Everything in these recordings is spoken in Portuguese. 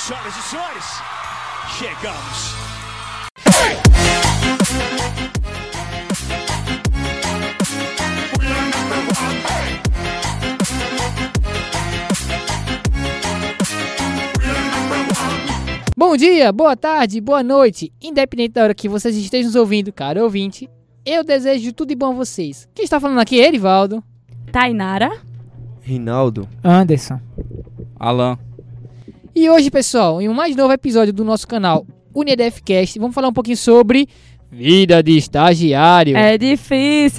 Senhoras e senhores, chegamos. Bom dia, boa tarde, boa noite, independente da hora que vocês estejam nos ouvindo, caro ouvinte, eu desejo tudo de bom a vocês. Quem está falando aqui é Erivaldo, Tainara, Rinaldo, Anderson, Alan. E hoje, pessoal, em um mais novo episódio do nosso canal UniEDFcast, vamos falar um pouquinho sobre vida de estagiário. É difícil.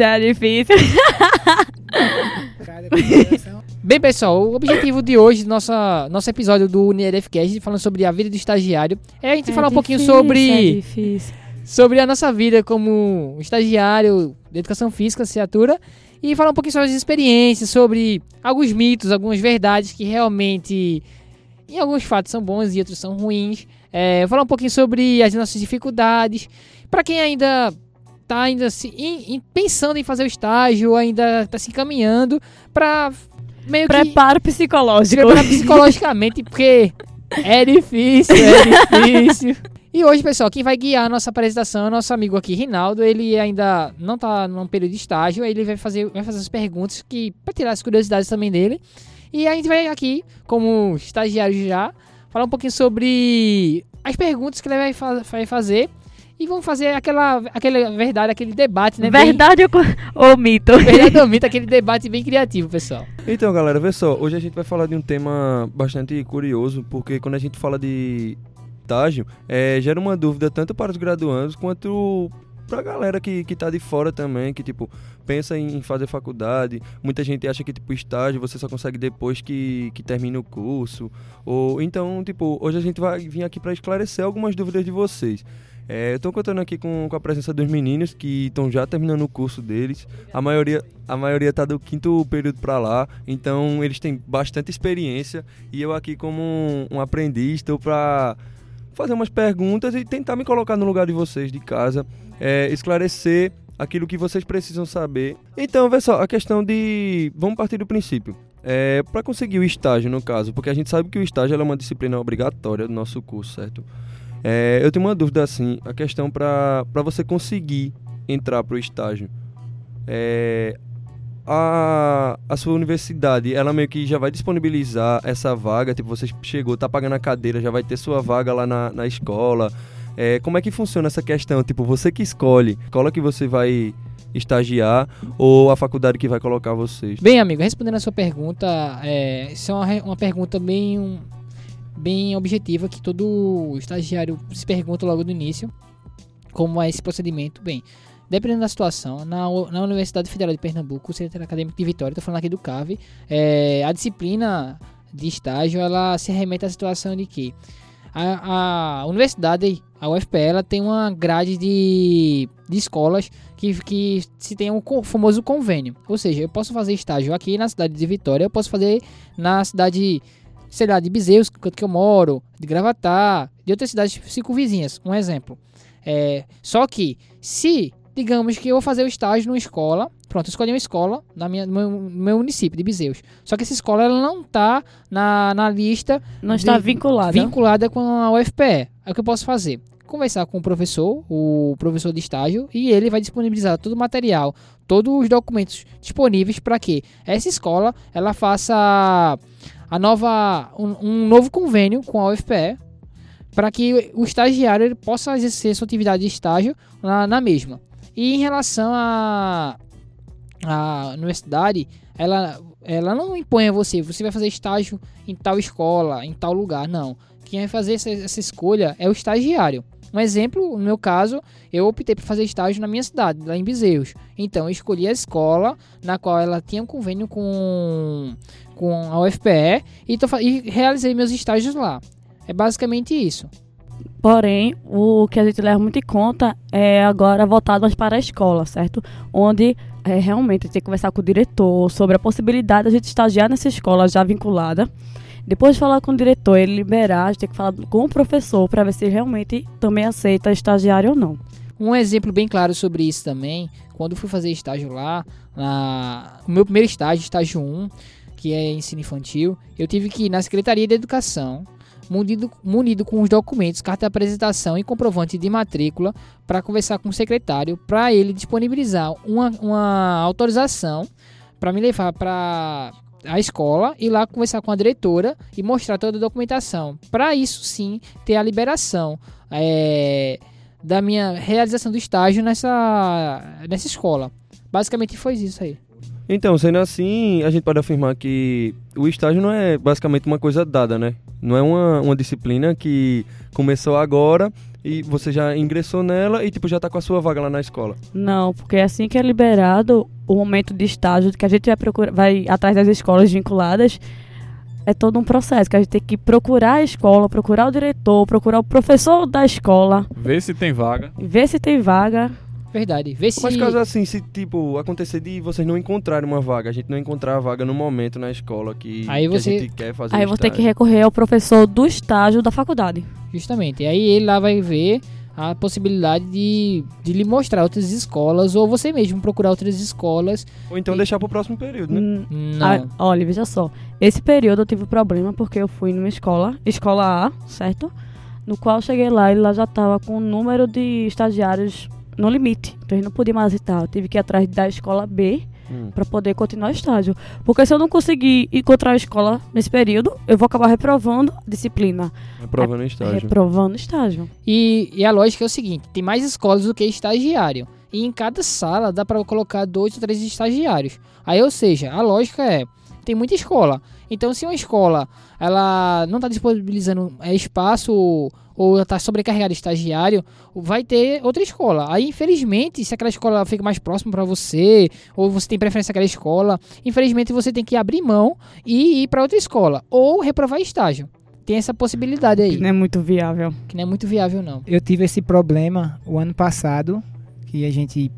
Bem, pessoal, o objetivo de hoje, nosso episódio do UniEDFcast, falando sobre a vida do estagiário, é a gente falar um pouquinho sobre a nossa vida como estagiário de educação física, licenciatura, e falar um pouquinho sobre as experiências, sobre alguns mitos, algumas verdades que realmente, em alguns fatos, são bons e outros são ruins. Falar um pouquinho sobre as nossas dificuldades. Para quem ainda está pensando em fazer o estágio, ainda está se encaminhando para meio que... Preparo psicológico. Preparar psicologicamente, porque é difícil. E hoje, pessoal, quem vai guiar a nossa apresentação é o nosso amigo aqui, Rinaldo. Ele ainda não está num período de estágio, ele vai fazer as perguntas para tirar as curiosidades também dele. E a gente vai aqui, como estagiário já, falar um pouquinho sobre as perguntas que ele vai fazer. E vamos fazer aquela verdade, aquele debate, né? Verdade ou mito? Verdade ou mito, aquele debate bem criativo, pessoal. Então, galera, vê só, hoje a gente vai falar de um tema bastante curioso, porque quando a gente fala de estágio, gera uma dúvida tanto para os graduandos quanto pra galera que tá de fora também, que tipo, pensa em fazer faculdade. Muita gente acha que tipo, estágio você só consegue depois que termina o curso. Ou então, tipo, hoje a gente vai vir aqui para esclarecer algumas dúvidas de vocês. Eu tô contando aqui com a presença dos meninos que estão já terminando o curso deles. A maioria tá do 5º período para lá, então eles têm bastante experiência. E eu aqui como um aprendiz estou para fazer umas perguntas e tentar me colocar no lugar de vocês de casa, esclarecer aquilo que vocês precisam saber. Então, vê só, a questão de... Vamos partir do princípio. Para conseguir o estágio, no caso, porque a gente sabe que o estágio é uma disciplina obrigatória do nosso curso, certo? Eu tenho uma dúvida assim, a questão para você conseguir entrar para o estágio. A sua universidade, ela meio que já vai disponibilizar essa vaga, tipo, você chegou, tá pagando a cadeira, já vai ter sua vaga lá na escola. Como é que funciona essa questão? Tipo, você que escolhe, escola que você vai estagiar ou a faculdade que vai colocar vocês? Bem, amigo, respondendo a sua pergunta, isso é uma pergunta bem objetiva que todo estagiário se pergunta logo no início. Como é esse procedimento? Bem, dependendo da situação, na Universidade Federal de Pernambuco, o Centro Acadêmico de Vitória, estou falando aqui do CAV, a disciplina de estágio, ela se remete à situação de que a universidade, a UFPE, ela tem uma grade de escolas que se tem um famoso convênio. Ou seja, eu posso fazer estágio aqui na cidade de Vitória, eu posso fazer na cidade, sei lá, de Bizeus, que eu moro, de Gravatá, de outras cidades circunvizinhas, um exemplo. Só que, se, digamos que eu vou fazer o estágio numa escola, pronto, eu escolhi uma escola no meu município, de Bizeus. Só que essa escola, ela não está na lista... Não está vinculada com a UFPE. É o que eu posso fazer. Conversar com o professor de estágio, e ele vai disponibilizar todo o material, todos os documentos disponíveis para que essa escola, ela faça... um novo convênio com a UFPE para que o estagiário ele possa exercer sua atividade de estágio na mesma. E em relação à universidade, ela não impõe a você vai fazer estágio em tal escola, em tal lugar, não. Quem vai fazer essa escolha é o estagiário. Um exemplo, no meu caso, eu optei por fazer estágio na minha cidade, lá em Bizeus. Então, eu escolhi a escola na qual ela tinha um convênio com a UFPE e realizei meus estágios lá. É basicamente isso. Porém, o que a gente leva muito em conta é agora voltado mais para a escola, certo? Onde realmente tem que conversar com o diretor sobre a possibilidade de a gente estagiar nessa escola já vinculada. Depois de falar com o diretor, ele liberar, a gente tem que falar com o professor para ver se ele realmente também aceita estagiário ou não. Um exemplo bem claro sobre isso também, quando eu fui fazer estágio lá, o meu primeiro estágio 1, que é ensino infantil, eu tive que ir na Secretaria de Educação, munido com os documentos, carta de apresentação e comprovante de matrícula para conversar com o secretário, para ele disponibilizar uma autorização para me levar para a escola e lá conversar com a diretora e mostrar toda a documentação. Para isso sim ter a liberação da minha realização do estágio nessa escola. Basicamente foi isso aí. Então, sendo assim, a gente pode afirmar que o estágio não é basicamente uma coisa dada, né? Não é uma disciplina que começou agora e você já ingressou nela e tipo já tá com a sua vaga lá na escola. Não, porque assim que é liberado o momento de estágio, que a gente vai atrás das escolas vinculadas, é todo um processo, que a gente tem que procurar a escola, procurar o diretor, procurar o professor da escola. Ver se tem vaga. Ver se tem vaga. Verdade. Vê se... Mas caso assim, se tipo acontecer de vocês não encontrarem uma vaga, a gente não encontrar a vaga no momento na escola que a gente quer fazer Aí o eu vou ter que estágio. recorrer ao professor do estágio da faculdade. Justamente. E aí ele lá vai ver a possibilidade de lhe mostrar outras escolas, ou você mesmo procurar outras escolas. Ou então deixar pro próximo período, né? Não. Olha, veja só. Esse período eu tive problema porque eu fui numa escola A, certo? No qual eu cheguei lá e lá já tava com o número de estagiários no limite. Então a gente não podia mais aceitar. Eu tive que ir atrás da escola B para poder continuar o estágio. Porque se eu não conseguir encontrar a escola nesse período, eu vou acabar reprovando a disciplina. Reprovando o estágio. Reprovando o estágio. E a lógica é o seguinte, tem mais escolas do que estagiário. E em cada sala dá para colocar 2 ou 3 estagiários. Aí, ou seja, a lógica é, tem muita escola. Então, se uma escola ela não está disponibilizando espaço ou está sobrecarregada de estagiário, vai ter outra escola. Aí, infelizmente, se aquela escola fica mais próxima para você, ou você tem preferência àquela escola, infelizmente você tem que abrir mão e ir para outra escola. Ou reprovar estágio. Tem essa possibilidade aí. Que não é muito viável. Que não é muito viável, não. Eu tive esse problema o ano passado, que a gente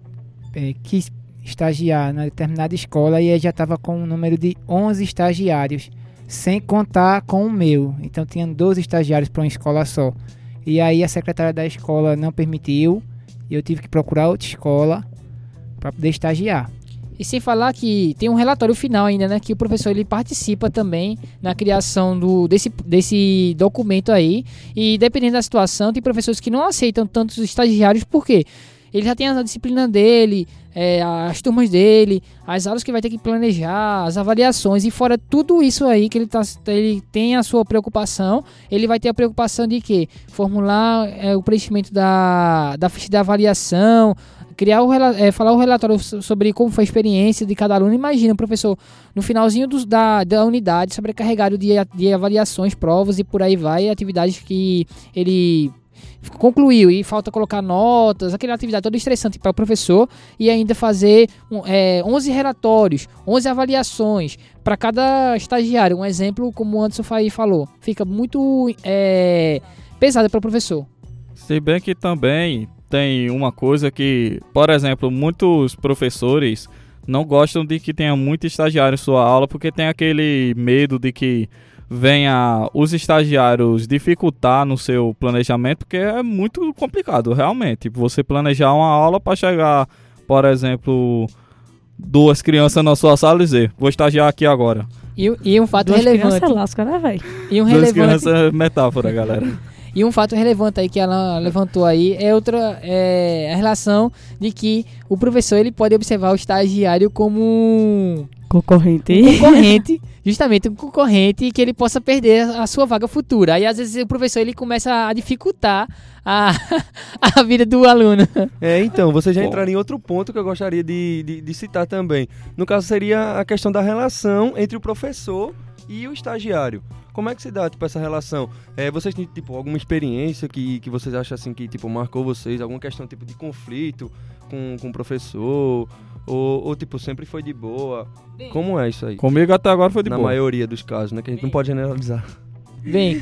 quis estagiar na determinada escola e aí já estava com um número de 11 estagiários, sem contar com o meu. Então tinha 12 estagiários para uma escola só. E aí a secretária da escola não permitiu e eu tive que procurar outra escola para poder estagiar. E sem falar que tem um relatório final ainda, né? Que o professor ele participa também na criação desse documento aí. E dependendo da situação, tem professores que não aceitam tantos estagiários, por quê? Ele já tem a disciplina dele, as turmas dele, as aulas que vai ter que planejar, as avaliações, e fora tudo isso aí que ele tem a sua preocupação, ele vai ter a preocupação de quê? Formular o preenchimento da ficha de avaliação, falar o relatório sobre como foi a experiência de cada aluno. Imagina o professor no finalzinho da unidade sobrecarregado de avaliações, provas e por aí vai, atividades que ele concluiu e falta colocar notas, aquela atividade toda estressante para o professor, e ainda fazer 11 relatórios, 11 avaliações para cada estagiário. Um exemplo, como o Anderson falou, fica muito pesado para o professor. Se bem que também tem uma coisa que, por exemplo, muitos professores não gostam de que tenha muito estagiário em sua aula, porque tem aquele medo de que venha os estagiários dificultar no seu planejamento, porque é muito complicado, realmente. Você planejar uma aula para chegar, por exemplo, 2 crianças na sua sala e dizer, vou estagiar aqui agora. E um fato 2 relevante. crianças lasca, né, velho? E um 2 relevante. crianças é metáfora, galera. E um fato relevante aí que ela levantou aí é a relação de que o professor ele pode observar o estagiário como um concorrente, justamente um concorrente, que ele possa perder a sua vaga futura. Aí às vezes o professor ele começa a dificultar a vida do aluno. Então, você já entraria em outro ponto que eu gostaria de citar também. No caso seria a questão da relação entre o professor e o estagiário. Como é que se dá, tipo, essa relação? Vocês têm, tipo, alguma experiência que vocês acham, assim, que, tipo, marcou vocês? Alguma questão, tipo, de conflito com o professor? Ou, tipo, sempre foi de boa? Como é isso aí? Comigo até agora foi de boa. Na maioria dos casos, né? Que a gente não pode generalizar. Bem,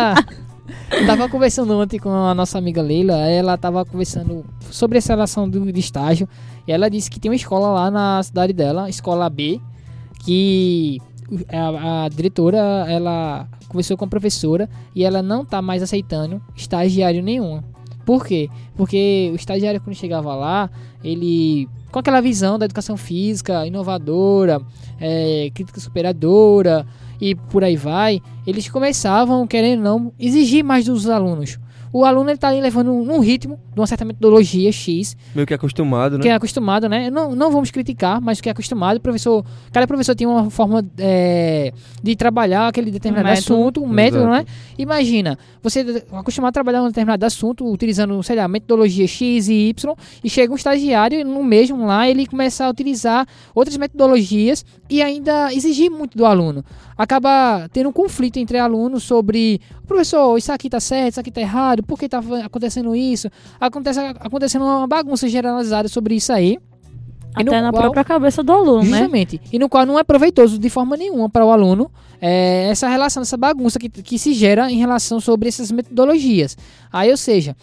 eu tava conversando ontem com a nossa amiga Leila. Ela tava conversando sobre essa relação de estágio. E ela disse que tem uma escola lá na cidade dela, escola B, que a diretora, ela conversou com a professora e ela não tá mais aceitando estagiário nenhum. Por quê? Porque o estagiário, quando chegava lá, ele, com aquela visão da educação física inovadora, crítica superadora, e por aí vai, eles começavam, querendo ou não, exigir mais dos alunos. O aluno ele tá ali levando num ritmo de uma certa metodologia X. Meio que acostumado, né? Que é acostumado, né? Não vamos criticar, mas que é acostumado. Cada professor tem uma forma de trabalhar aquele determinado assunto, um método, né? Imagina, você acostumado a trabalhar um determinado assunto, utilizando, sei lá, metodologia X e Y, e chega um estagiário no mesmo lá, ele começa a utilizar outras metodologias e ainda exigir muito do aluno. Acaba tendo um conflito entre alunos sobre, professor, isso aqui tá certo, isso aqui tá errado, por que tá acontecendo isso? Acontecendo uma bagunça generalizada sobre isso aí. Até na própria cabeça do aluno, justamente, né? E no qual não é proveitoso de forma nenhuma para o aluno essa relação, essa bagunça que se gera em relação sobre essas metodologias. Aí, ou seja,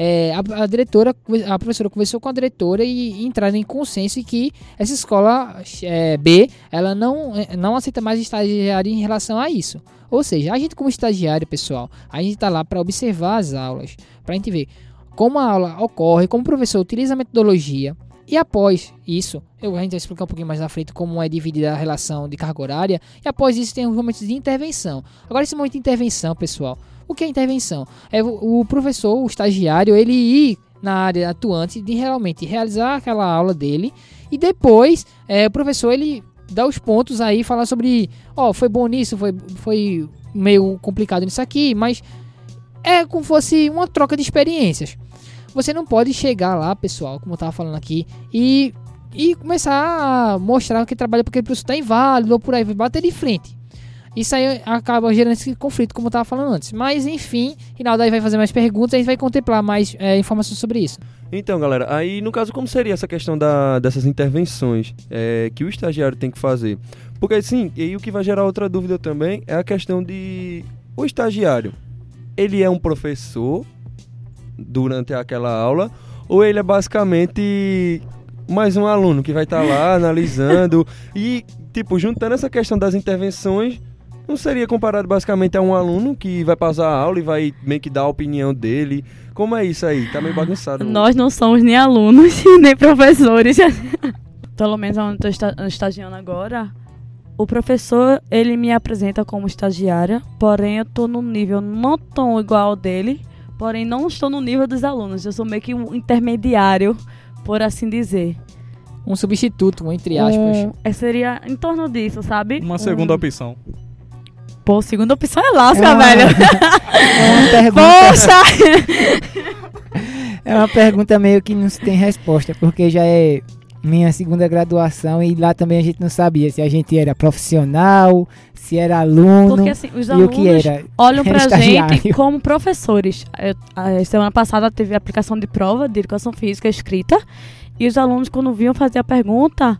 a professora conversou com a diretora e entraram em consenso que essa escola B, ela não aceita mais estagiário em relação a isso. Ou seja, a gente como estagiário, pessoal, a gente está lá para observar as aulas, para a gente ver como a aula ocorre, como o professor utiliza a metodologia. E após isso, a gente vai explicar um pouquinho mais na frente como é dividida a relação de carga horária. E após isso tem os momentos de intervenção. Agora, esse momento de intervenção, pessoal, o que é intervenção? É o professor, o estagiário, ele ir na área atuante de realmente realizar aquela aula dele. E depois, o professor, ele dá os pontos aí, falar sobre, foi bom nisso, foi meio complicado nisso aqui, mas é como se fosse uma troca de experiências. Você não pode chegar lá, pessoal, como eu estava falando aqui, e começar a mostrar que trabalha porque o professor está inválido ou por aí, bater de frente. Isso aí acaba gerando esse conflito, como eu estava falando antes. Mas, enfim, Rinaldo aí vai fazer mais perguntas e a gente vai contemplar mais informações sobre isso. Então, galera, aí no caso, como seria essa questão dessas intervenções que o estagiário tem que fazer? Porque, sim, e aí o que vai gerar outra dúvida também é a questão de... O estagiário, ele é um professor durante aquela aula, ou ele é basicamente mais um aluno que vai estar lá analisando e, tipo, juntando essa questão das intervenções, não seria comparado basicamente a um aluno que vai passar a aula e vai meio que dar a opinião dele? Como é isso aí? Tá meio bagunçado. Nós não somos nem alunos, nem professores. Pelo menos onde eu estou estagiando agora, o professor, ele me apresenta como estagiária, porém eu tô num nível não tão igual ao dele, porém não estou no nível dos alunos. Eu sou meio que um intermediário, por assim dizer. Um substituto, entre aspas. Seria em torno disso, sabe? Uma segunda opção. Pô, segunda opção é lasca, velho. É uma pergunta... Poxa! É uma pergunta meio que não se tem resposta, porque já é minha segunda graduação e lá também a gente não sabia se a gente era profissional, se era aluno, porque, assim, os e o que era. Olham pra estagiário. gente como professores. A semana passada teve a aplicação de prova de educação física escrita e os alunos, quando vinham fazer a pergunta,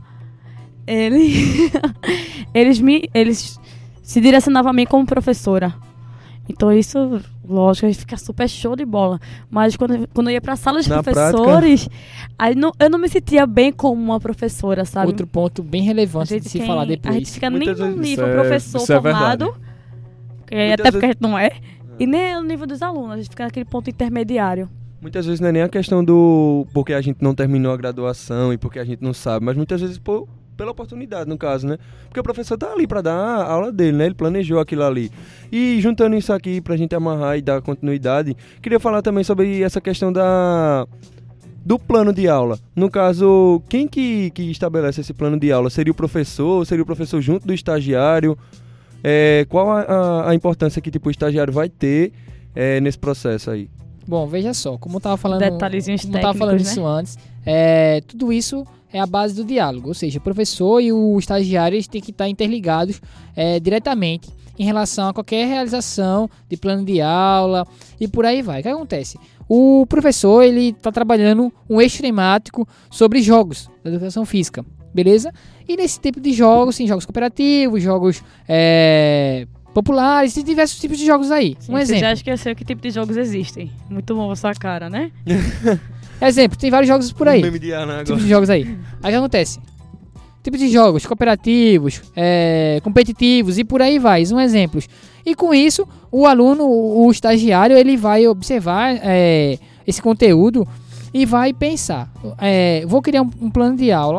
eles se direcionavam a mim como professora. Então isso, lógico, a gente fica super show de bola. Mas quando eu ia pra sala de professores, aí eu não me sentia bem como uma professora, sabe? Outro ponto bem relevante de se falar depois. A gente fica nem Muitas no vezes nível professor formado, até porque a gente não é, e nem no nível dos alunos, a gente fica naquele ponto intermediário. Muitas vezes não é nem a questão porque a gente não terminou a graduação e porque a gente não sabe, mas muitas vezes pela oportunidade, no caso, né? Porque o professor tá ali para dar a aula dele, né? Ele planejou aquilo ali. E juntando isso aqui pra gente amarrar e dar continuidade, queria falar também sobre essa questão do plano de aula. No caso, quem que estabelece esse plano de aula? Seria o professor? Seria o professor junto do estagiário? Qual a importância que tipo, o estagiário vai ter nesse processo aí? Bom, veja só, como eu tava falando, detalhezinhos técnicos, isso antes, tudo isso é a base do diálogo, ou seja, o professor e o estagiário eles têm que estar interligados diretamente em relação a qualquer realização de plano de aula e por aí vai. O que acontece? O professor ele está trabalhando um eixo temático sobre jogos da educação física, beleza? E nesse tipo de jogos, tem jogos cooperativos, jogos populares, tem diversos tipos de jogos aí. Sim, exemplo. Você já esqueceu que tipo de jogos existem. Muito bom a sua cara, né? Exemplo, tem vários jogos por aí. Tipos de jogos aí. Aí o que acontece? Tipos de jogos cooperativos, competitivos e por aí vai. Um exemplo. E com isso, o aluno, o estagiário, ele vai observar esse conteúdo e vai pensar. Vou criar um plano de aula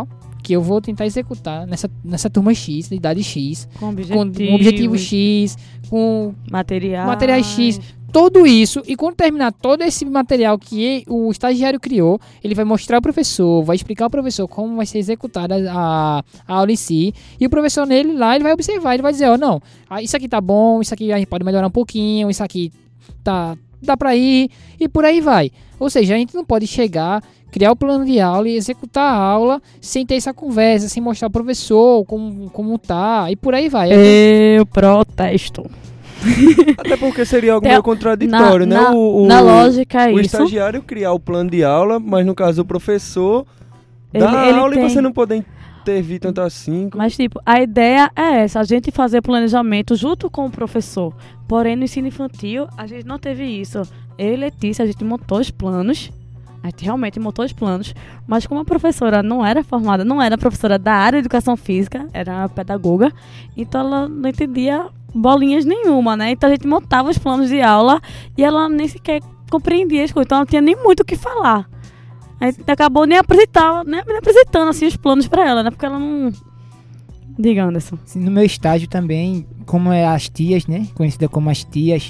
que eu vou tentar executar nessa turma X, de idade X, Com com um objetivo X, com materiais X, tudo isso, e quando terminar todo esse material que o estagiário criou, ele vai mostrar ao professor, vai explicar ao professor como vai ser executada a aula em si, e o professor nele lá, ele vai observar, ele vai dizer, não, isso aqui tá bom, isso aqui a gente pode melhorar um pouquinho, isso aqui dá pra ir, e por aí vai. Ou seja, a gente não pode chegar, criar o plano de aula e executar a aula sem ter essa conversa, sem mostrar ao professor como tá, e por aí vai. Eu protesto. Até porque seria algo meio contraditório, né? Na lógica é o isso. estagiário criar o plano de aula, mas no caso o professor dá a aula e você não poder intervir tanto assim. Mas tipo, a ideia é essa, a gente fazer planejamento junto com o professor. Porém, no ensino infantil, a gente não teve isso. Eu e Letícia, a gente montou os planos. A gente realmente montou os planos. Mas como a professora não era formada, não era professora da área de educação física, era pedagoga, então ela não entendia bolinhas nenhuma, né? Então a gente montava os planos de aula e ela nem sequer compreendia as coisas. Então ela não tinha nem muito o que falar. A gente acabou nem apresentando assim, os planos pra ela, né? Porque ela não... Diga, Anderson. No meu estágio também, como é as tias, né? Conhecida como as tias,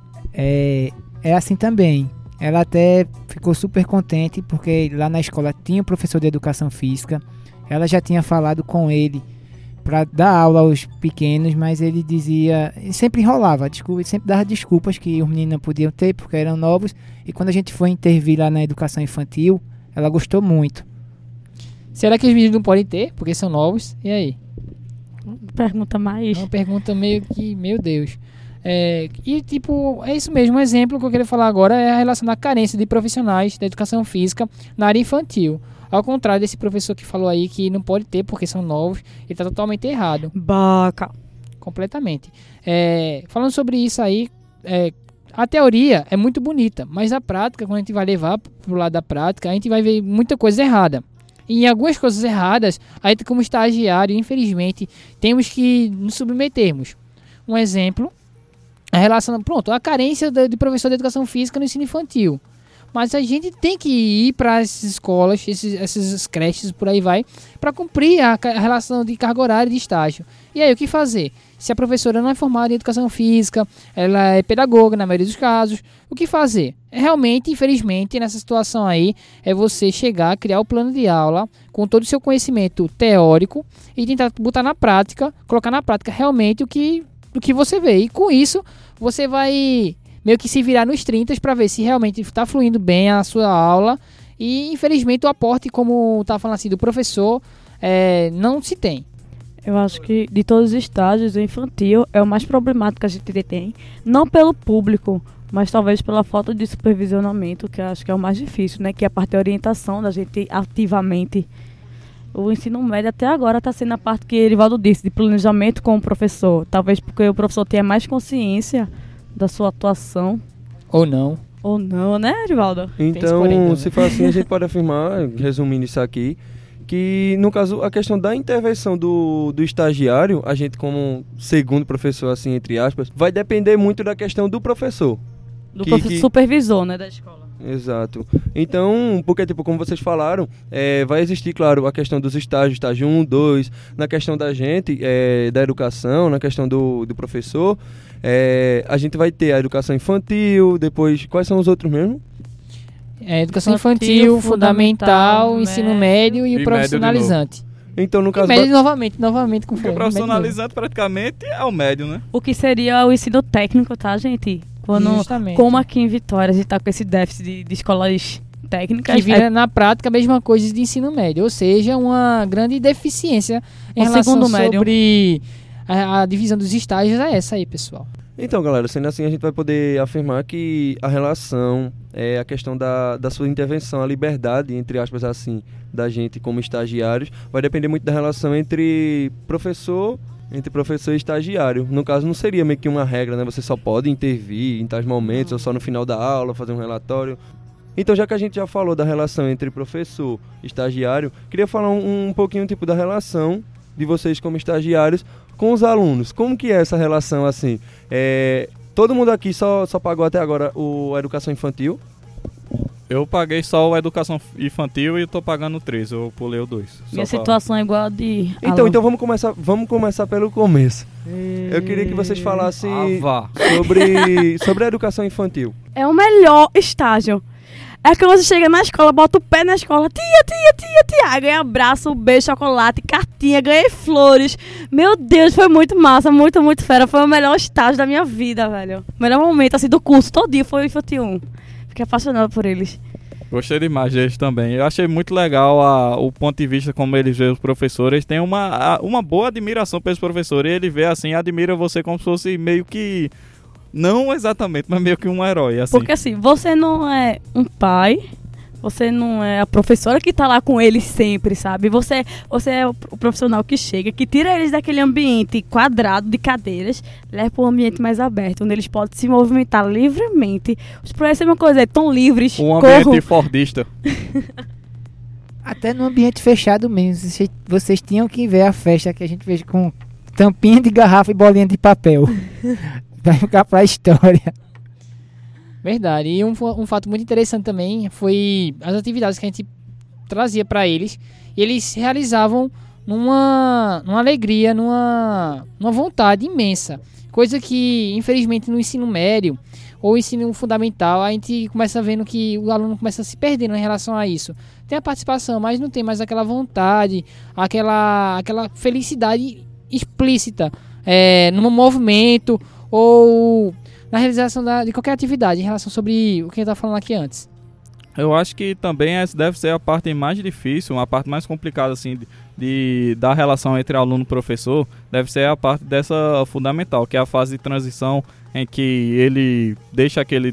é assim também. Ela até ficou super contente porque lá na escola tinha um professor de educação física. Ela já tinha falado com ele para dar aula aos pequenos, mas ele dizia, ele sempre enrolava, sempre dava desculpas que os meninos não podiam ter porque eram novos, e quando a gente foi intervir lá na educação infantil, ela gostou muito. Será que os meninos não podem ter, porque são novos? E aí? Pergunta mais... Uma pergunta meio que, meu Deus. E tipo, é isso mesmo, um exemplo que eu queria falar agora é a relação da carência de profissionais da educação física na área infantil. Ao contrário desse professor que falou aí que não pode ter porque são novos, ele está totalmente errado. Baca. Completamente. Falando sobre isso aí, a teoria é muito bonita, mas a prática, quando a gente vai levar pro lado da prática, a gente vai ver muita coisa errada. E em algumas coisas erradas, a gente como estagiário, infelizmente, temos que nos submetermos. Um exemplo, a carência de professor de educação física no ensino infantil. Mas a gente tem que ir para essas escolas, essas creches, por aí vai, para cumprir a relação de carga horária de estágio. E aí, o que fazer? Se a professora não é formada em educação física, ela é pedagoga na maioria dos casos, o que fazer? Realmente, infelizmente, nessa situação aí, é você chegar, criar o plano de aula com todo o seu conhecimento teórico e tentar botar na prática, colocar na prática realmente o que você vê. E com isso, você vai meio que se virar nos 30 para ver se realmente está fluindo bem a sua aula. E infelizmente o aporte, como tá falando assim, do professor, não se tem. Eu acho que de todos os estágios, o infantil é o mais problemático que a gente tem. Não pelo público, mas talvez pela falta de supervisionamento, que eu acho que é o mais difícil, né? Que é a parte de orientação da gente ativamente. O ensino médio até agora está sendo a parte que Erivaldo disse, de planejamento com o professor. Talvez porque o professor tenha mais consciência da sua atuação. Ou não. Ou não, né, Erivaldo? Então, se for assim, a gente pode afirmar, resumindo isso aqui, que, no caso, a questão da intervenção do estagiário, a gente como segundo professor, assim, entre aspas, vai depender muito da questão do professor. Do supervisor, né, da escola. Exato. Então, porque, tipo, como vocês falaram, vai existir, claro, a questão dos estágios, estágio 1, 2, na questão da gente, da educação, na questão do professor, a gente vai ter a educação infantil, depois, quais são os outros mesmo? Educação infantil, fundamental, ensino médio e o profissionalizante. Então, no caso... médio novamente com o profissionalizante praticamente é o médio, né? O que seria o ensino técnico, tá, gente? Como aqui em Vitória a gente tá com esse déficit de escolas técnicas. Que vira na prática a mesma coisa de ensino médio. Ou seja, uma grande deficiência em relação sobre a divisão dos estágios é essa aí, pessoal. Então, galera, sendo assim, a gente vai poder afirmar que a relação, a questão da sua intervenção, a liberdade, entre aspas assim, da gente como estagiários, vai depender muito da relação entre professor e estagiário. No caso, não seria meio que uma regra, né? Você só pode intervir em tais momentos, ou só no final da aula, fazer um relatório. Então, já que a gente já falou da relação entre professor e estagiário, queria falar um pouquinho, tipo, da relação de vocês como estagiários com os alunos. Como que é essa relação, assim? Todo mundo aqui só pagou até agora a educação infantil? Eu paguei só a educação infantil e tô pagando 3, eu pulei o 2. Minha situação é igual a de... Então vamos começar pelo começo. Eu queria que vocês falassem sobre a educação infantil. É o melhor estágio. É que você chega na escola, bota o pé na escola, tia, ganha abraço, beijo, chocolate, cartinha, ganhei flores. Meu Deus, foi muito massa, muito, muito fera. Foi o melhor estágio da minha vida, velho. O melhor momento, assim, do curso, todo dia foi o Infantil 1. Fiquei apaixonada por eles. Gostei demais deles também. Eu achei muito legal o ponto de vista como eles veem os professores. Eles têm uma boa admiração pelos professores. E ele vê assim, admira você como se fosse meio que... Não exatamente, mas meio que um herói, assim. Porque assim, você não é um pai, você não é a professora que tá lá com eles sempre, sabe? Você é o profissional que chega, que tira eles daquele ambiente quadrado de cadeiras, leva para um ambiente mais aberto, onde eles podem se movimentar livremente. Os professores é uma coisa, tão livres. Um ambiente fordista. Até no ambiente fechado mesmo. Vocês tinham que ver a festa que a gente fez com tampinha de garrafa e bolinha de papel. Vai ficar pra história. Verdade. E um fato muito interessante também foi as atividades que a gente trazia para eles. E eles realizavam numa alegria, numa vontade imensa. Coisa que, infelizmente, no ensino médio ou ensino fundamental, a gente começa vendo que o aluno começa a se perdendo em relação a isso. Tem a participação, mas não tem mais aquela vontade, aquela felicidade explícita no movimento ou na realização de qualquer atividade em relação sobre o que eu estava falando aqui antes. Eu acho que também essa deve ser a parte mais difícil, a parte mais complicada assim, da relação entre aluno e professor, deve ser a parte dessa fundamental, que é a fase de transição em que ele deixa aquele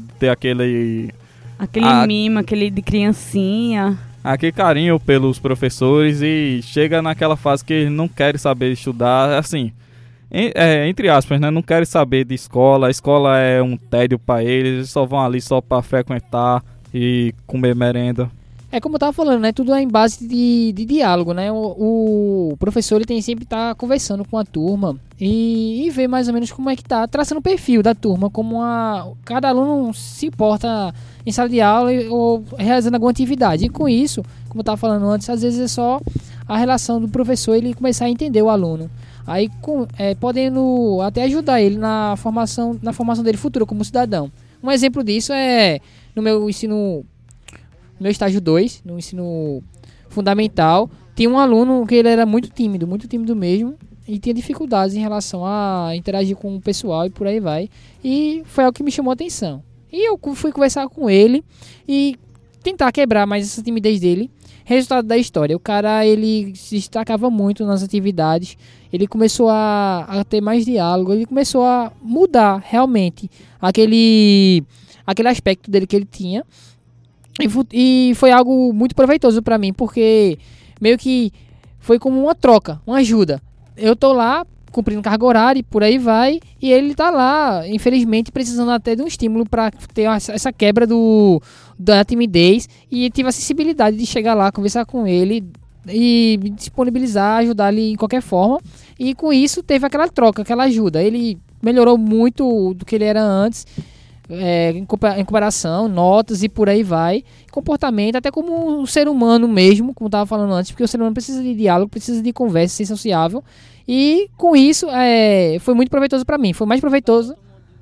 mimo, aquele de criancinha. Aquele carinho pelos professores e chega naquela fase que ele não quer saber estudar, assim... entre aspas, né? Não querem saber de escola. A escola é um tédio para eles só vão ali só para frequentar e comer merenda. É como eu tava falando, né? Tudo é em base de diálogo, né? O professor ele tem sempre que estar conversando com a turma e ver mais ou menos como é que tá, traçando o perfil da turma, como cada aluno se porta em sala de aula ou realizando alguma atividade. E com isso, como eu tava falando antes, às vezes é só a relação do professor ele começar a entender o aluno. Aí podendo até ajudar ele na formação dele futuro como cidadão. Um exemplo disso é no meu estágio 2, no ensino fundamental, tinha um aluno que ele era muito tímido mesmo, e tinha dificuldades em relação a interagir com o pessoal e por aí vai. E foi algo que me chamou a atenção. E eu fui conversar com ele e tentar quebrar mais essa timidez dele. Resultado da história, o cara ele se destacava muito nas atividades, ele começou a ter mais diálogo, ele começou a mudar realmente aquele aspecto dele que ele tinha, e foi algo muito proveitoso para mim, porque meio que foi como uma troca, uma ajuda. Eu tô lá cumprindo carga horária e por aí vai, e ele tá lá, infelizmente, precisando até de um estímulo para ter essa quebra da timidez, e tive a sensibilidade de chegar lá, conversar com ele e me disponibilizar, ajudar ele em qualquer forma, e com isso teve aquela troca, aquela ajuda. Ele melhorou muito do que ele era antes, em comparação, notas e por aí vai, comportamento, até como um ser humano mesmo, como eu estava falando antes, porque o ser humano precisa de diálogo, precisa de conversa, ser sociável, e com isso foi muito proveitoso para mim, foi mais proveitoso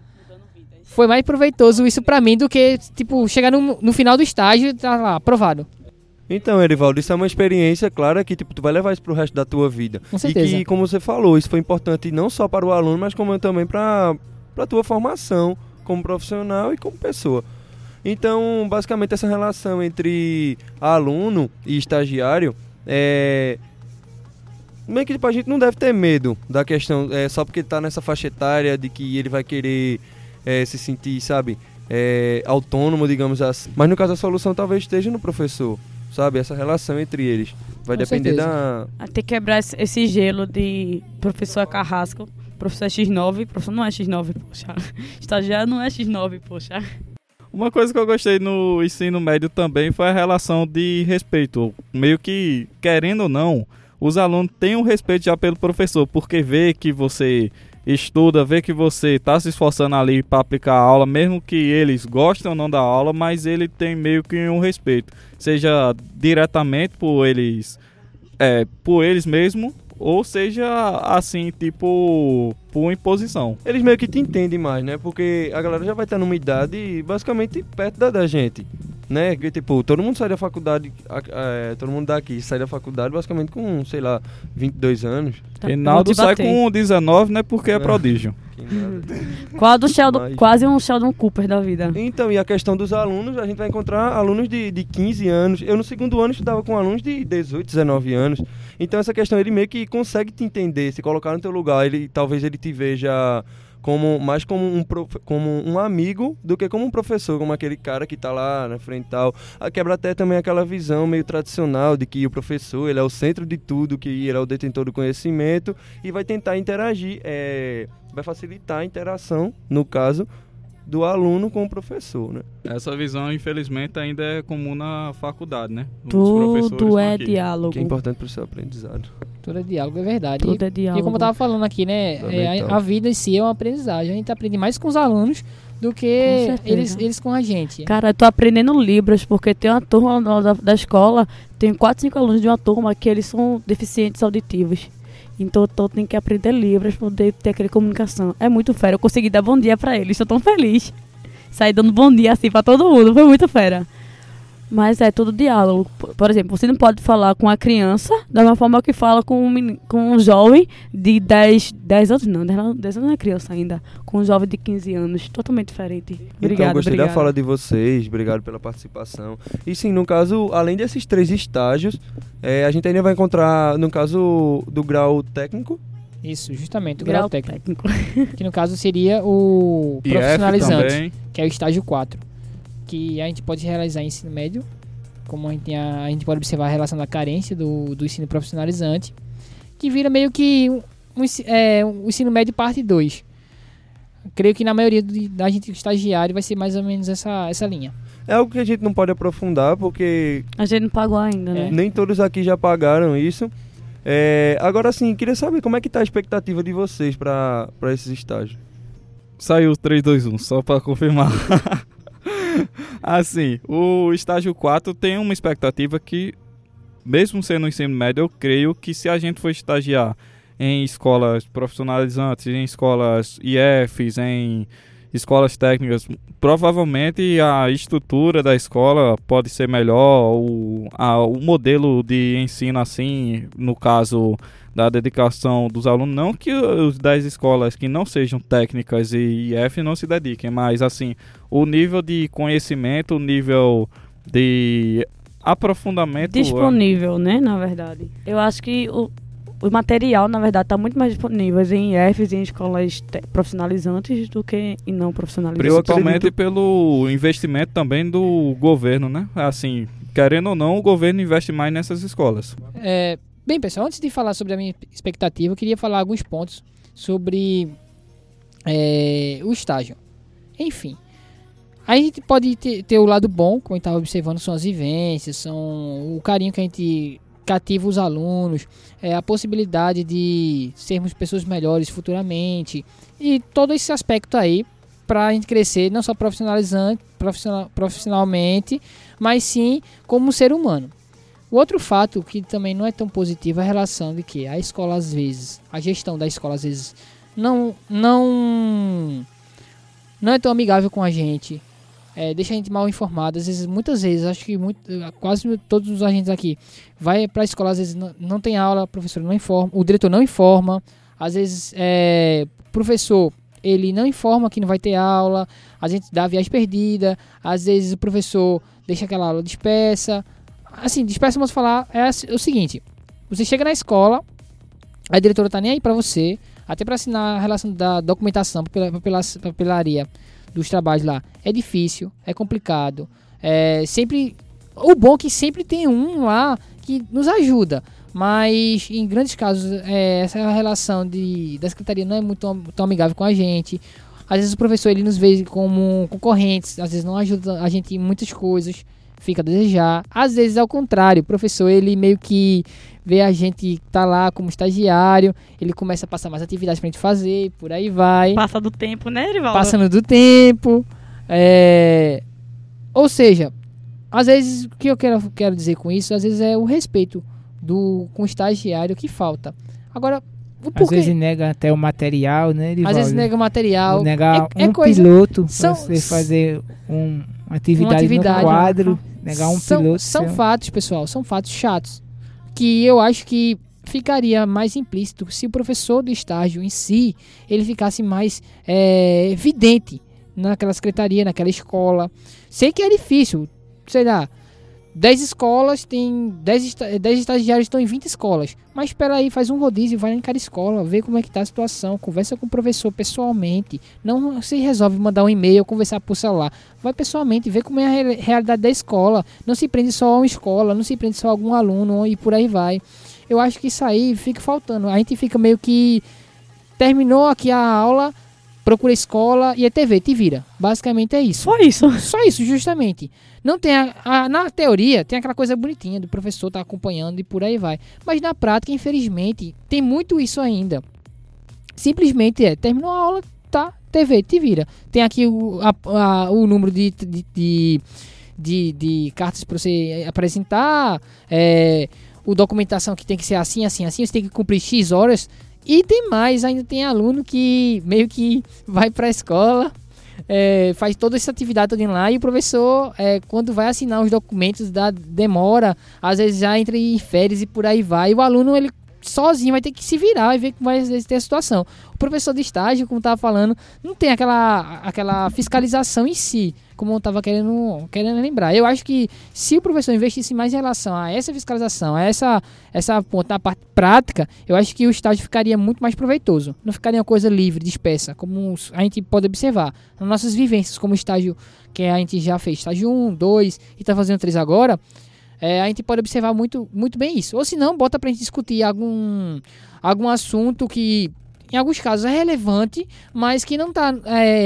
isso para mim do que tipo chegar no final do estágio e tá lá, aprovado. Então, Erivaldo, isso é uma experiência, claro, que tipo, tu vai levar isso pro resto da tua vida. Com certeza. E que, como você falou, isso foi importante não só para o aluno, mas como também para a tua formação como profissional e como pessoa. Então, basicamente, essa relação entre aluno e estagiário meio que tipo, a gente não deve ter medo da questão, só porque tá nessa faixa etária de que ele vai querer se sentir, sabe, autônomo, digamos assim. Mas no caso a solução talvez esteja no professor, sabe, essa relação entre eles. Vai Com depender certeza. Até quebrar esse gelo de professor é carrasco, professor é X9, professor não é X9, poxa. Estagiário não é X9, poxa. Uma coisa que eu gostei no ensino médio também foi a relação de respeito. Meio que, querendo ou não, os alunos têm um respeito já pelo professor, porque vê que você estuda, vê que você está se esforçando ali para aplicar a aula, mesmo que eles gostem ou não da aula, mas ele tem meio que um respeito, seja diretamente por eles mesmos, ou seja, assim, tipo, por imposição. Eles meio que te entendem mais, né? Porque a galera já vai estar numa idade basicamente perto da gente, né? Que, tipo, todo mundo sai da faculdade, todo mundo daqui sai da faculdade basicamente com, sei lá, 22 anos. Reinaldo sai com 19, né? Porque é prodígio. Quase um Sheldon Cooper da vida. Então, e a questão dos alunos, a gente vai encontrar alunos de 15 anos. Eu no segundo ano estudava com alunos de 18, 19 anos. Então essa questão, ele meio que consegue te entender, se colocar no teu lugar. Talvez ele te veja mais como um amigo do que como um professor, como aquele cara que tá lá na frente e tal. Quebra até também aquela visão meio tradicional de que o professor, ele é o centro de tudo, que ele é o detentor do conhecimento e vai tentar interagir, vai facilitar a interação, no caso, do aluno com o professor, né? Essa visão, infelizmente, ainda é comum na faculdade, né? Tudo é diálogo. Que é importante para o seu aprendizado. Tudo é diálogo, é verdade. Tudo é diálogo. E como eu tava falando aqui, né? A vida em si é uma aprendizagem. A gente aprende mais com os alunos do que eles com a gente. Cara, eu tô aprendendo Libras, porque tem uma turma da escola, tem 4, 5 alunos de uma turma que eles são deficientes auditivos. Então eu tenho que aprender Libras para poder ter aquela comunicação. É muito fera. Eu consegui dar bom dia pra eles. Tô tão feliz. Saí dando bom dia assim pra todo mundo. Foi muito fera. Mas é tudo diálogo. Por exemplo, você não pode falar com a criança da mesma forma que fala com um jovem de 10 anos. Não, 10 anos não é criança ainda. Com um jovem de 15 anos. Totalmente diferente. Obrigado, então, gostei da fala de vocês. Obrigado pela participação. E sim, no caso, além desses 3 estágios, a gente ainda vai encontrar, no caso do grau técnico. Isso, justamente, o grau técnico. Que no caso seria o profissionalizante, que é o estágio 4. Que a gente pode realizar em ensino médio, como a gente pode observar a relação da carência do ensino profissionalizante, que vira meio que um ensino médio parte 2. Creio que na maioria da gente estagiário vai ser mais ou menos essa linha. É algo que a gente não pode aprofundar, porque a gente não pagou ainda, né? Nem todos aqui já pagaram isso. Agora sim, queria saber como é que tá a expectativa de vocês para esses estágios. Saiu 3, 2, 1, só para confirmar. Assim, o estágio 4 tem uma expectativa que, mesmo sendo ensino médio, eu creio que se a gente for estagiar em escolas profissionalizantes, em escolas IFs, em escolas técnicas, provavelmente a estrutura da escola pode ser melhor, o modelo de ensino, assim, no caso da dedicação dos alunos, não que os das escolas que não sejam técnicas e IF não se dediquem, mas assim, o nível de conhecimento, o nível de aprofundamento disponível, né, na verdade. Eu acho que o material, na verdade, está muito mais disponível em IFs e em escolas profissionalizantes do que em não profissionalizantes. Principalmente pelo investimento também do governo, né? Assim, querendo ou não, o governo investe mais nessas escolas. Bem, pessoal, antes de falar sobre a minha expectativa, eu queria falar alguns pontos sobre o estágio. Enfim, a gente pode ter o lado bom, como a gente estava observando, são as vivências, são o carinho que a gente cativa os alunos, a possibilidade de sermos pessoas melhores futuramente, e todo esse aspecto aí para a gente crescer, não só profissionalmente, mas sim como ser humano. O outro fato que também não é tão positivo é a relação de que a escola, às vezes, a gestão da escola, às vezes, não é tão amigável com a gente, deixa a gente mal informado. Às vezes, muitas vezes, acho que quase todos os agentes aqui vai para a escola, às vezes não tem aula, o professor não informa, o diretor não informa, às vezes o professor ele não informa que não vai ter aula, a gente dá viagem perdida, às vezes o professor deixa aquela aula dispersa. Assim, dispersa, vamos falar, é o seguinte: você chega na escola, a diretora tá nem aí pra você, até pra assinar a relação da documentação, papelaria dos trabalhos lá. É difícil, é complicado. O bom é que sempre tem um lá que nos ajuda, mas em grandes casos, essa relação da secretaria não é muito tão amigável com a gente. Às vezes o professor ele nos vê como concorrentes, às vezes não ajuda a gente em muitas coisas. fica a desejar. Às vezes é o contrário, o professor ele meio que vê a gente tá lá como estagiário, ele começa a passar mais atividades pra gente fazer, por aí vai. Passa do tempo, né, Erivaldo? Passando do tempo. Ou seja, às vezes, o que eu quero dizer com isso, às vezes é o respeito com o estagiário que falta. Agora, o Às porquê? vezes nega até o material, né, Erivaldo? Às vezes nega o material. Ou negar coisa- piloto, são- você fazer uma atividade no atividade, quadro, negar um piloto. São seu. fatos, pessoal, são fatos chatos. Que eu acho que ficaria mais implícito se o professor do estágio em si, ele ficasse mais evidente naquela secretaria, naquela escola. Sei que é difícil, sei lá, 10 escolas, tem 10 estagiários estão em 20 escolas. Mas espera aí, faz um rodízio, vai em cada escola, vê como é que tá a situação, conversa com o professor pessoalmente. Não se resolve mandar um e-mail, conversar por celular. Vai pessoalmente, vê como é a realidade da escola. Não se prende só a uma escola, não se prende só a algum aluno e por aí vai. Eu acho que isso aí fica faltando. A gente fica meio que... Terminou aqui a aula, procura escola e é TV, te vira. Basicamente é isso. Só isso. Só isso, justamente. Não tem na teoria, tem aquela coisa bonitinha do professor estar acompanhando e por aí vai. Mas na prática, infelizmente, tem muito isso ainda. Simplesmente terminou a aula, tá, TV, te vira. Tem aqui o número de cartas para você apresentar, o documentação que tem que ser assim, assim, assim, você tem que cumprir X horas. E tem mais, ainda tem aluno que meio que vai para a escola, faz toda essa atividade toda lá e o professor, quando vai assinar os documentos, demora, às vezes já entra em férias e por aí vai. E o aluno, ele sozinho vai ter que se virar e ver como vai ter a situação. O professor de estágio, como eu estava falando, não tem aquela fiscalização em si, como eu estava querendo lembrar. Eu acho que se o professor investisse mais em relação a essa fiscalização, a essa ponta na parte prática, eu acho que o estágio ficaria muito mais proveitoso. Não ficaria uma coisa livre, dispersa, como a gente pode observar nas nossas vivências, como estágio que a gente já fez, estágio 1, 2 e está fazendo 3 agora. A gente pode observar muito, muito bem isso. Ou se não, bota pra gente discutir algum assunto que, em alguns casos, é relevante, mas que não está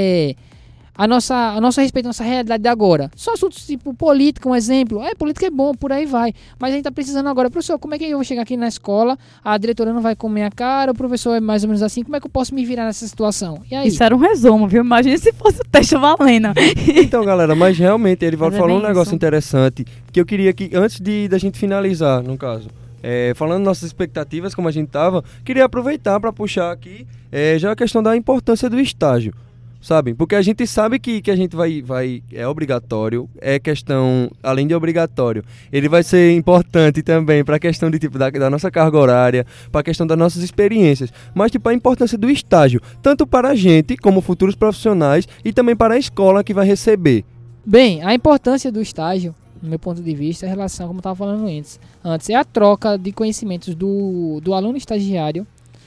a nosso respeito, a nossa realidade de agora. Só assuntos tipo política, um exemplo. Política é bom, por aí vai. Mas a gente está precisando agora. Professor, como é que eu vou chegar aqui na escola? A diretora não vai comer a cara, o professor é mais ou menos assim. Como é que eu posso me virar nessa situação? E aí? Isso era um resumo, viu? Imagina se fosse o texto valendo. Então, galera, mas realmente ele Mas é falou um bem negócio isso. interessante que eu queria que, antes da gente finalizar, no caso, falando nossas expectativas, como a gente tava, queria aproveitar para puxar aqui já a questão da importância do estágio, sabe? Porque a gente sabe que a gente vai é obrigatório, é questão, além de obrigatório, ele vai ser importante também para a questão de tipo da nossa carga horária, para a questão das nossas experiências, mas tipo a importância do estágio, tanto para a gente como futuros profissionais e também para a escola que vai receber. Bem, a importância do estágio, no meu ponto de vista, é a relação, como eu estava falando antes, é a troca de conhecimentos do aluno estagiário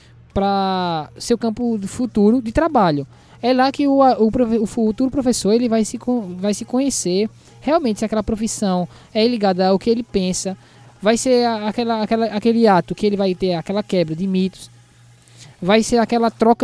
para seu campo futuro de trabalho. É lá que o futuro professor ele vai se conhecer realmente se aquela profissão é ligada ao que ele pensa, vai ser aquele ato que ele vai ter aquela quebra de mitos, vai ser aquela troca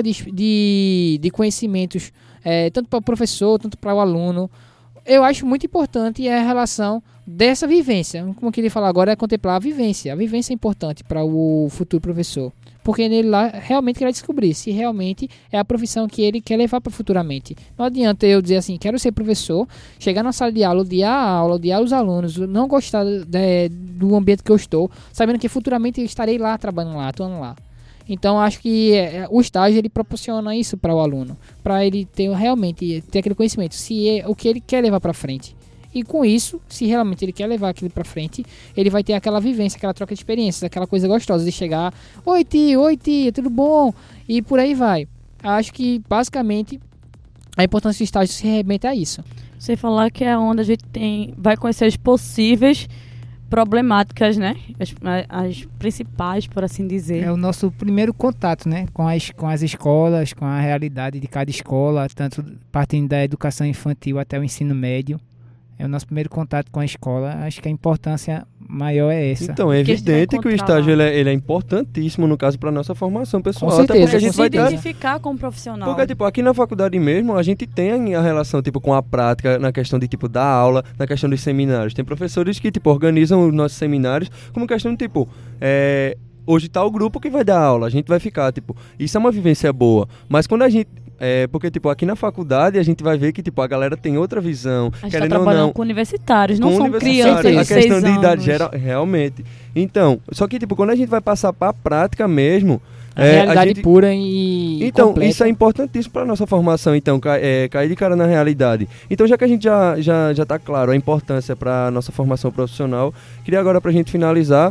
de conhecimentos, tanto para o professor, tanto para o aluno. Eu acho muito importante a relação dessa vivência. Como eu queria falar agora, é contemplar a vivência. A vivência é importante para o futuro professor. Porque nele lá realmente quer descobrir se realmente é a profissão que ele quer levar para futuramente. Não adianta eu dizer assim, quero ser professor, chegar na sala de aula, odiar a aula, odiar os alunos, não gostar do ambiente que eu estou, sabendo que futuramente eu estarei lá, trabalhando lá, atuando lá. Então acho que o estágio ele proporciona isso para o aluno, para ele realmente ter aquele conhecimento, se é o que ele quer levar para frente. E com isso, se realmente ele quer levar aquilo para frente, ele vai ter aquela vivência, aquela troca de experiências, aquela coisa gostosa de chegar, oi tia, tudo bom? E por aí vai. Acho que basicamente a importância do estágio se remete a isso. Você falar que é onde a gente vai conhecer as possíveis problemáticas, né? As principais, por assim dizer. É o nosso primeiro contato, né? Com as escolas, com a realidade de cada escola, tanto partindo da educação infantil até o ensino médio. É o nosso primeiro contato com a escola. Acho que a importância maior é essa. Então, é Porque a gente vai evidente que o encontrar estágio lá. ele é importantíssimo, no caso, para nossa formação pessoal. Com Até certeza, porque a gente Se vai estar... identificar com o profissional. Porque, tipo, aqui na faculdade mesmo, a gente tem a relação, tipo, com a prática, na questão de, tipo, dar aula, na questão dos seminários. Tem professores que, tipo, organizam os nossos seminários como questão de, tipo, hoje tá o grupo que vai dar aula, a gente vai ficar, tipo, isso é uma vivência boa. Mas quando a gente... porque, tipo, aqui na faculdade a gente vai ver que, tipo, a galera tem outra visão, A gente querendo tá ou trabalhando não. com universitários, não Com são universitários, crianças de a 6 questão de idade anos. realmente. Então, só que, tipo, quando a gente vai passar pra prática mesmo... A realidade gente... pura e Então, completa. isso é importantíssimo para nossa formação, então, cair de cara na realidade. Então, já que a gente já tá claro a importância para nossa formação profissional, queria agora, para a gente finalizar,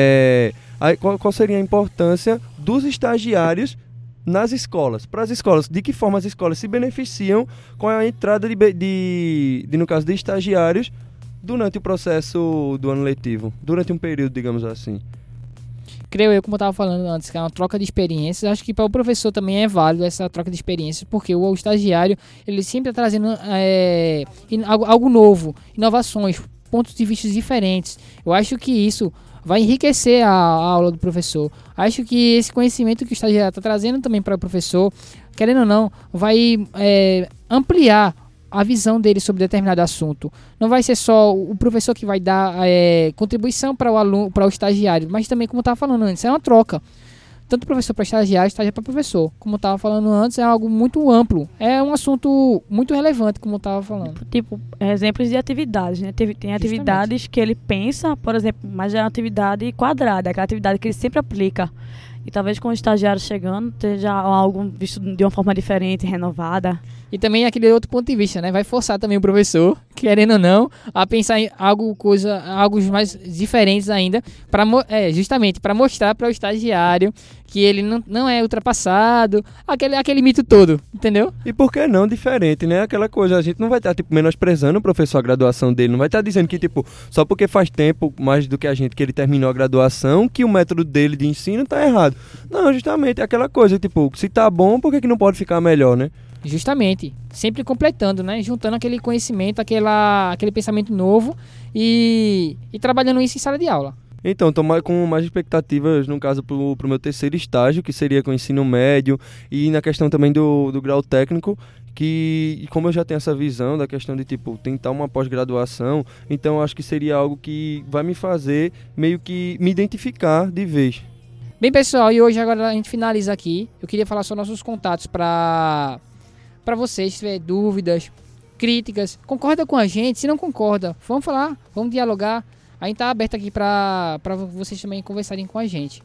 qual seria a importância dos estagiários nas escolas? Para as escolas, de que forma as escolas se beneficiam com a entrada no caso, de estagiários durante o processo do ano letivo, durante um período, digamos assim. Creio eu, como eu estava falando antes, que é uma troca de experiências. Acho que para o professor também é válido essa troca de experiências, porque o estagiário ele sempre está trazendo algo novo, inovações, pontos de vista diferentes. Eu acho que isso vai enriquecer a aula do professor. Acho que esse conhecimento que o estagiário está trazendo também para o professor, querendo ou não, vai ampliar a visão dele sobre determinado assunto. Não vai ser só o professor que vai dar contribuição para o aluno, para o estagiário, mas também, como eu estava falando antes, é uma troca. Tanto professor para estagiário, estagiário para professor. Como eu estava falando antes, é algo muito amplo. É um assunto muito relevante, como eu estava falando. Tipo, exemplos de atividades, né? Tem atividades que ele pensa, por exemplo, mas é uma atividade quadrada, aquela atividade que ele sempre aplica. E talvez com o estagiário chegando, esteja algo visto de uma forma diferente, renovada. E também aquele outro ponto de vista, né? Vai forçar também o professor, querendo ou não, a pensar em algo mais diferentes ainda, justamente para mostrar para o estagiário que ele não é ultrapassado, aquele mito todo, entendeu? E por que não diferente, né? Aquela coisa, a gente não vai estar, tipo, menosprezando o professor, a graduação dele, não vai estar dizendo que, tipo, só porque faz tempo mais do que a gente que ele terminou a graduação, que o método dele de ensino tá errado. Não, justamente, é aquela coisa, tipo, se tá bom, por que não pode ficar melhor, né? Justamente, sempre completando, né? Juntando aquele conhecimento, aquele pensamento novo e trabalhando isso em sala de aula. Então, estou com mais expectativas, no caso, pro meu terceiro estágio, que seria com o ensino médio, e na questão também do grau técnico, que como eu já tenho essa visão da questão de, tipo, tentar uma pós-graduação, então acho que seria algo que vai me fazer meio que me identificar de vez. Bem, pessoal, e hoje agora a gente finaliza aqui. Eu queria falar só nossos contatos para vocês, se tiver dúvidas, críticas, concorda com a gente, se não concorda, vamos falar, vamos dialogar. A gente tá aberto aqui para vocês também conversarem com a gente.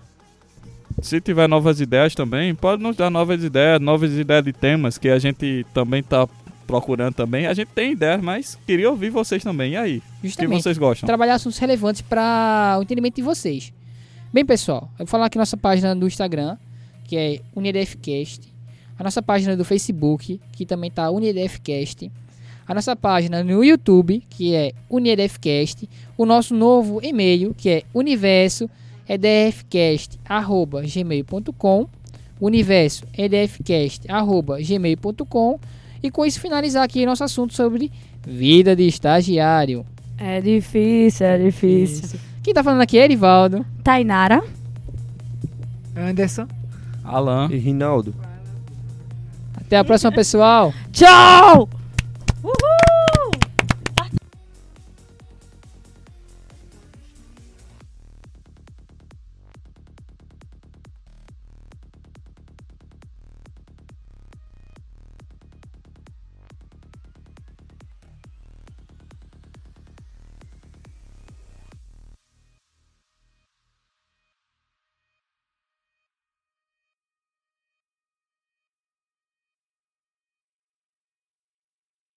Se tiver novas ideias também, pode nos dar novas ideias de temas que a gente também tá procurando também. A gente tem ideias, mas queria ouvir vocês também. E aí? Justamente, O que vocês gostam? trabalhar assuntos relevantes para o entendimento de vocês. Bem, pessoal, eu vou falar aqui nossa página do Instagram, que é UniDFcast. A nossa página do Facebook, que também tá UniDFcast. A nossa página no YouTube, que é UniDFcast. O nosso novo e-mail, que é universoedfcast@gmail.com. universoedfcast@gmail.com. E com isso finalizar aqui nosso assunto sobre vida de estagiário. É difícil. Quem tá falando aqui é Erivaldo. Tainara. Anderson. Alan. E Rinaldo. Até a próxima, pessoal. Tchau!